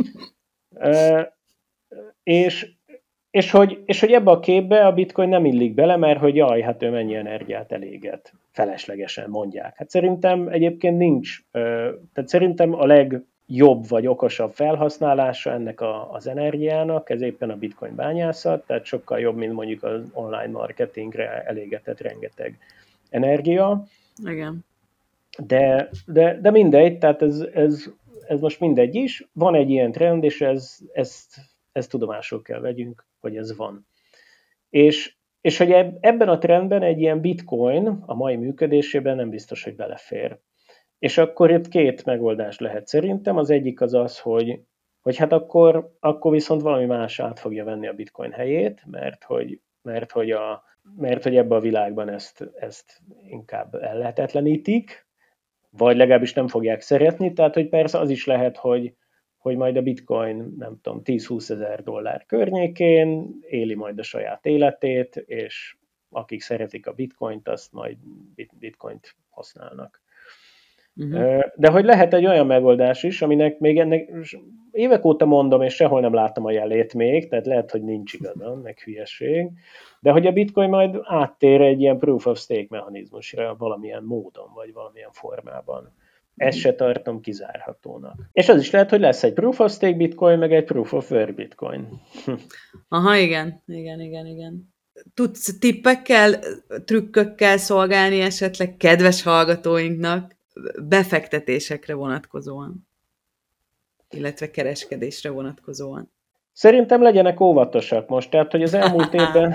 És hogy ebbe a képbe a bitcoin nem illik bele, mert hogy jaj, hát ő mennyi energiát eléget. Feleslegesen mondják. Hát szerintem egyébként nincs, tehát szerintem a legjobb vagy okosabb felhasználása ennek az energiának, ez éppen a bitcoin bányászat, tehát sokkal jobb, mint mondjuk az online marketingre elégetett rengeteg energia. Igen. De mindegy, tehát ez ez most mindegy is, van egy ilyen trend, és ezt tudomásul kell vegyünk, hogy ez van. És hogy ebben a trendben egy ilyen bitcoin a mai működésében nem biztos, hogy belefér. És akkor itt két megoldás lehet szerintem. Az egyik az, hogy hát akkor viszont valami más át fogja venni a bitcoin helyét, mert hogy ebben a világban ezt inkább ellehetetlenítik, vagy legalábbis nem fogják szeretni. Tehát, hogy persze az is lehet, hogy majd a bitcoin, nem tudom, 10-20 ezer dollár környékén éli majd a saját életét, és akik szeretik a bitcoint, azt majd bitcoint használnak. De hogy lehet egy olyan megoldás is, aminek még ennek évek óta mondom, és sehol nem láttam a jelét még, tehát lehet, hogy nincs igazam, meg hülyeség, de hogy a bitcoin majd áttér egy ilyen proof of stake mechanizmusra valamilyen módon, vagy valamilyen formában. Ezt se tartom kizárhatónak. És az is lehet, hogy lesz egy proof of stake bitcoin, meg egy proof of work bitcoin. Aha, igen. Tudsz tippekkel, trükkökkel szolgálni esetleg kedves hallgatóinknak befektetésekre vonatkozóan, illetve kereskedésre vonatkozóan? Szerintem legyenek óvatosak most, tehát, hogy az elmúlt évben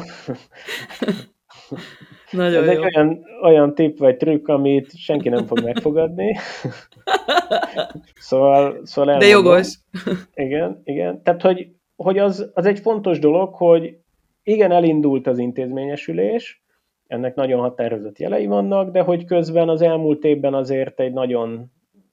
nagyon ez jó. egy olyan tipp vagy trükk, amit senki nem fog megfogadni. Szóval elmondom. De jogos. Igen. Tehát, hogy az egy fontos dolog, hogy igen, elindult az intézményesülés, ennek nagyon határozott jelei vannak, de hogy közben az elmúlt évben azért egy nagyon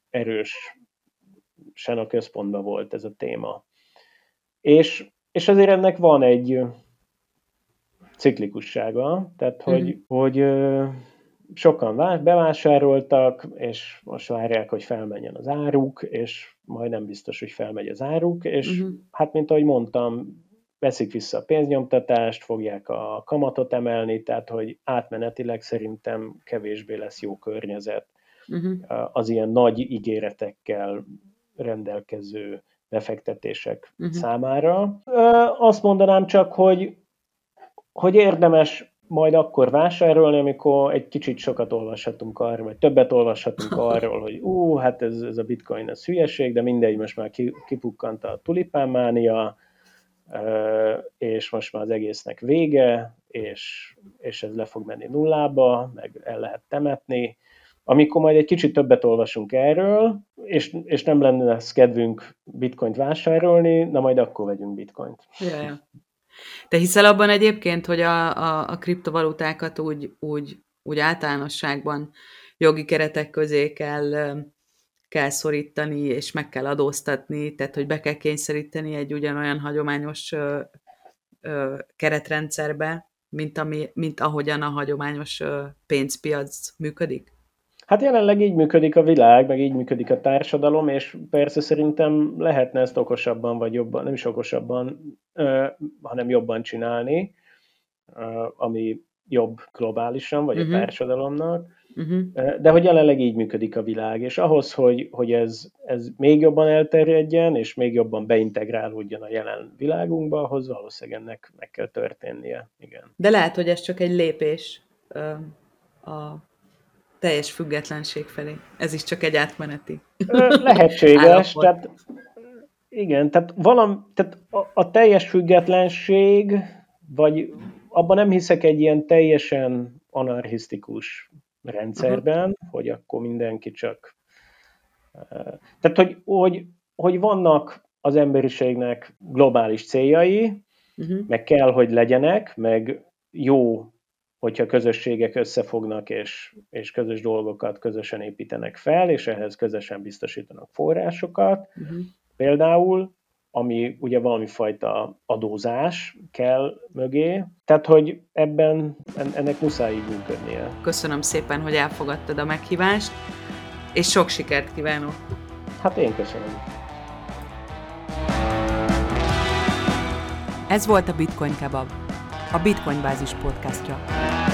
erősen a központban volt ez a téma. És azért ennek van egy ciklikussága, tehát hogy sokan bevásároltak, és most várják, hogy felmenjen az áruk, és majd nem biztos, hogy felmegy az áruk, és hát, mint ahogy mondtam, veszik vissza a pénznyomtatást, fogják a kamatot emelni, tehát, hogy átmenetileg szerintem kevésbé lesz jó környezet az ilyen nagy ígéretekkel rendelkező befektetések számára. Azt mondanám csak, hogy érdemes majd akkor vásárolni, amikor egy kicsit sokat olvashatunk arról, vagy többet olvashatunk arról, hogy hát ez a bitcoin, ez hülyeség, de mindegy, most már kipukkant a tulipánmánia, és most már az egésznek vége, és ez le fog menni nullába, meg el lehet temetni. Amikor majd egy kicsit többet olvasunk erről, és nem lenne kedvünk bitcoint vásárolni, na majd akkor vegyünk bitcoint. Ja. Te hiszel abban egyébként, hogy a kriptovalutákat úgy általánosságban jogi keretek közé kell szorítani, és meg kell adóztatni, tehát hogy be kell kényszeríteni egy ugyanolyan hagyományos keretrendszerbe, mint ahogyan a hagyományos pénzpiac működik? Hát jelenleg így működik a világ, meg így működik a társadalom, és persze szerintem lehetne ezt okosabban, vagy jobban, nem is okosabban, hanem jobban csinálni, ami jobb globálisan, vagy a társadalomnak, de hogy jelenleg így működik a világ, és ahhoz, hogy ez még jobban elterjedjen, és még jobban beintegrálódjon a jelen világunkba, ahhoz valószínűleg ennek meg kell történnie. Igen. De lehet, hogy ez csak egy lépés a teljes függetlenség felé. Ez is csak egy átmeneti lehetséges, tehát igen, tehát a teljes függetlenség, vagy abban nem hiszek egy ilyen teljesen anarchisztikus rendszerben, hogy akkor mindenki csak... Tehát, hogy vannak az emberiségnek globális céljai, meg kell, hogy legyenek, meg jó, hogyha közösségek összefognak, és közös dolgokat közösen építenek fel, és ehhez közösen biztosítanak forrásokat. Például, ami ugye valami fajta adózás kell mögé. Tehát, hogy ennek muszáj így működnie. Köszönöm szépen, hogy elfogadtad a meghívást, és sok sikert kívánok! Hát én köszönöm. Ez volt a Bitcoin Kebab, a Bitcoin Bázis podcastja.